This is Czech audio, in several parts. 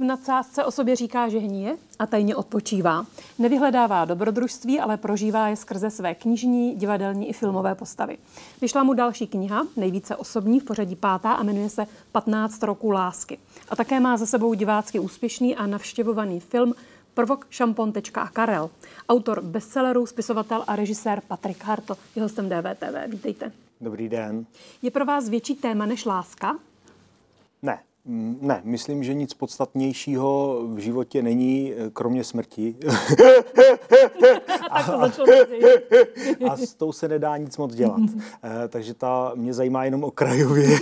nadsázce o sobě říká, že hníje a tajně odpočívá. Nevyhledává dobrodružství, ale prožívá je skrze své knižní, divadelní i filmové postavy. Vyšla mu další kniha, nejvíce osobní, v pořadí 5. a jmenuje se 15 roků lásky. A také má za sebou divácky úspěšný a navštěvovaný film Prvok, šampon, tečka a Karel. Autor bestsellerů, spisovatel a režisér Patrik Hartl je hostem DVTV. Vítejte. Dobrý den. Je pro vás větší téma než láska? Ne, myslím, že nic podstatnějšího v životě není, kromě smrti. A s tou se nedá nic moc dělat. Takže ta mě zajímá jenom okrajově.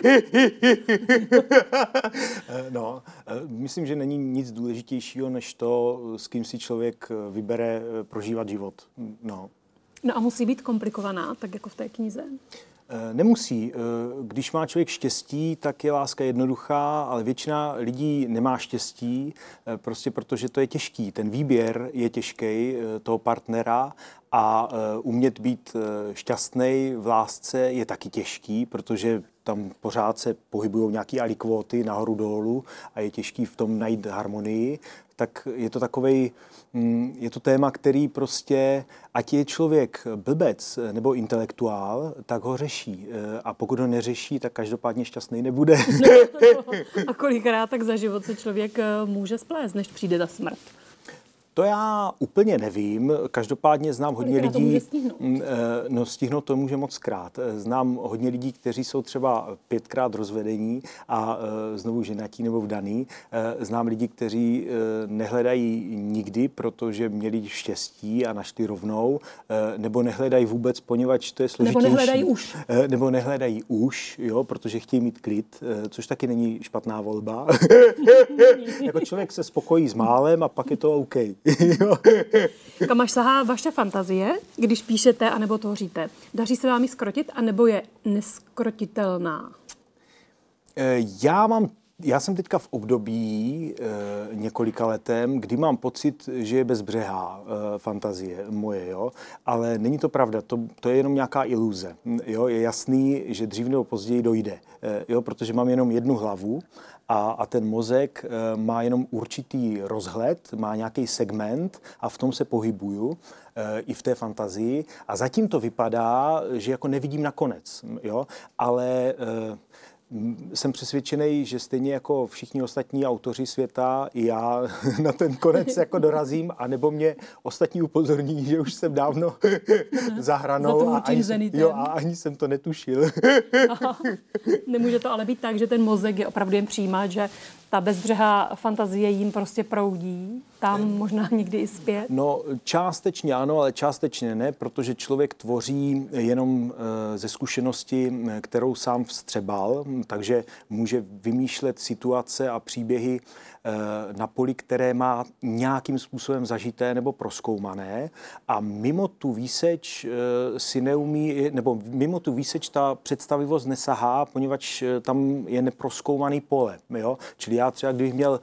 Myslím, že není nic důležitějšího, než to, s kým si člověk vybere prožívat život. No a musí být komplikovaná, tak jako v té knize? Nemusí. Když má člověk štěstí, tak je láska jednoduchá, ale většina lidí nemá štěstí, prostě protože to je těžký. Ten výběr je těžký toho partnera a umět být šťastnej v lásce je taky těžký, protože tam pořád se pohybují nějaký alikvóty nahoru dolů a je těžký v tom najít harmonii. Tak je to téma, který prostě, ať je člověk blbec nebo intelektuál, tak ho řeší. A pokud ho neřeší, tak každopádně šťastný nebude. A kolikrát tak za život se člověk může splést, než přijde ta smrt? To já úplně nevím. Každopádně znám hodně lidí. To může stihnout? Stihnout to může moc krát. Znám hodně lidí, kteří jsou třeba 5krát rozvedení a znovu ženatí nebo vdaný. Znám lidi, kteří nehledají nikdy, protože měli štěstí a našli rovnou, nebo nehledají vůbec, poněvadž to je složitější. Nebo nehledají už, jo, protože chtějí mít klid, což taky není špatná volba. Jako člověk se spokojí s málem a pak je to OK. Kam až sahá vaše fantazie, když píšete anebo tvoříte? Daří se vám ji zkrotit, anebo je neskrotitelná? Já jsem teďka v období několika letem, kdy mám pocit, že je bezbřehá fantazie moje, jo? Ale není to pravda, to je jenom nějaká iluze. Jo? Je jasný, že dřív nebo později dojde, jo? Protože mám jenom jednu hlavu a ten mozek má jenom určitý rozhled, má nějaký segment a v tom se pohybuju i v té fantazii. A zatím to vypadá, že jako nevidím nakonec, jo? Ale jsem přesvědčený, že stejně jako všichni ostatní autoři světa, i já na ten konec jako dorazím, anebo mě ostatní upozorní, že už jsem dávno za hranou a ani jsem to netušil. Aha. Nemůže to ale být tak, že ten mozek je opravdu jen přijímat, že ta bezbřehá fantazie jim prostě proudí, tam možná někdy i zpět? No, částečně ano, ale částečně ne, protože člověk tvoří jenom ze zkušenosti, kterou sám vstřebal, takže může vymýšlet situace a příběhy na poli, které má nějakým způsobem zažité nebo prozkoumané a mimo tu výseč si neumí, nebo mimo tu výseč ta představivost nesahá, poněvadž tam je neprozkoumaný pole, jo? Čili já třeba, kdybych měl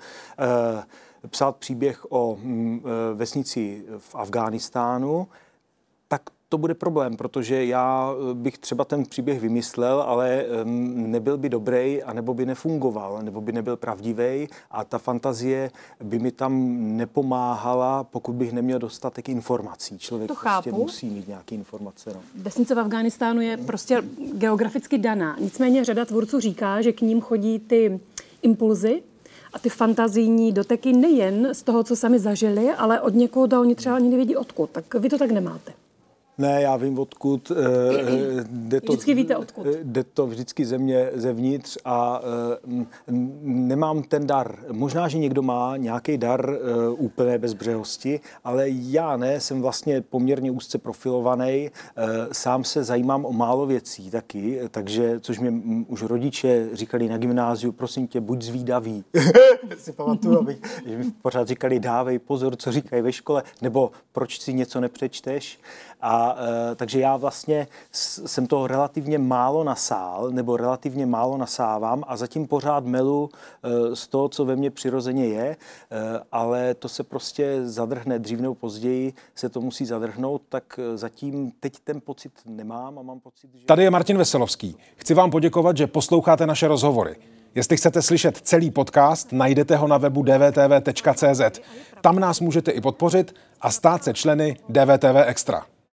psát příběh o vesnici v Afghánistánu, tak to bude problém, protože já bych třeba ten příběh vymyslel, ale nebyl by dobrý, anebo by nefungoval, nebo by nebyl pravdivý a ta fantazie by mi tam nepomáhala, pokud bych neměl dostatek informací. Člověk prostě musí mít nějaké informace. No. Vesnice v Afghánistánu je prostě geograficky daná. Nicméně řada tvůrců říká, že k ním chodí ty impulzy a ty fantazijní doteky nejen z toho, co sami zažili, ale od někoho, a oni třeba ani nevědí odkud. Tak vy to tak nemáte. Ne, já vím odkud. Vždycky víte odkud. Jde to vždycky zevnitř a nemám ten dar. Možná, že někdo má nějaký dar úplné bezbřehosti, ale já ne, jsem vlastně poměrně úzce profilovaný. Sám se zajímám o málo věcí taky, takže, což mě už rodiče říkali na gymnáziu, prosím tě, buď zvídavý. Si pamatuju, že mi pořád říkali, dávej pozor, co říkají ve škole, nebo proč si něco nepřečteš. Takže já vlastně jsem toho relativně málo nasál, nebo relativně málo nasávám a zatím pořád melu z toho, co ve mně přirozeně je, ale to se prostě zadrhne dřív nebo později, se to musí zadrhnout, tak zatím teď ten pocit nemám a mám pocit, že... Tady je Martin Veselovský. Chci vám poděkovat, že posloucháte naše rozhovory. Jestli chcete slyšet celý podcast, najdete ho na webu dvtv.cz. Tam nás můžete i podpořit a stát se členy DVTV Extra.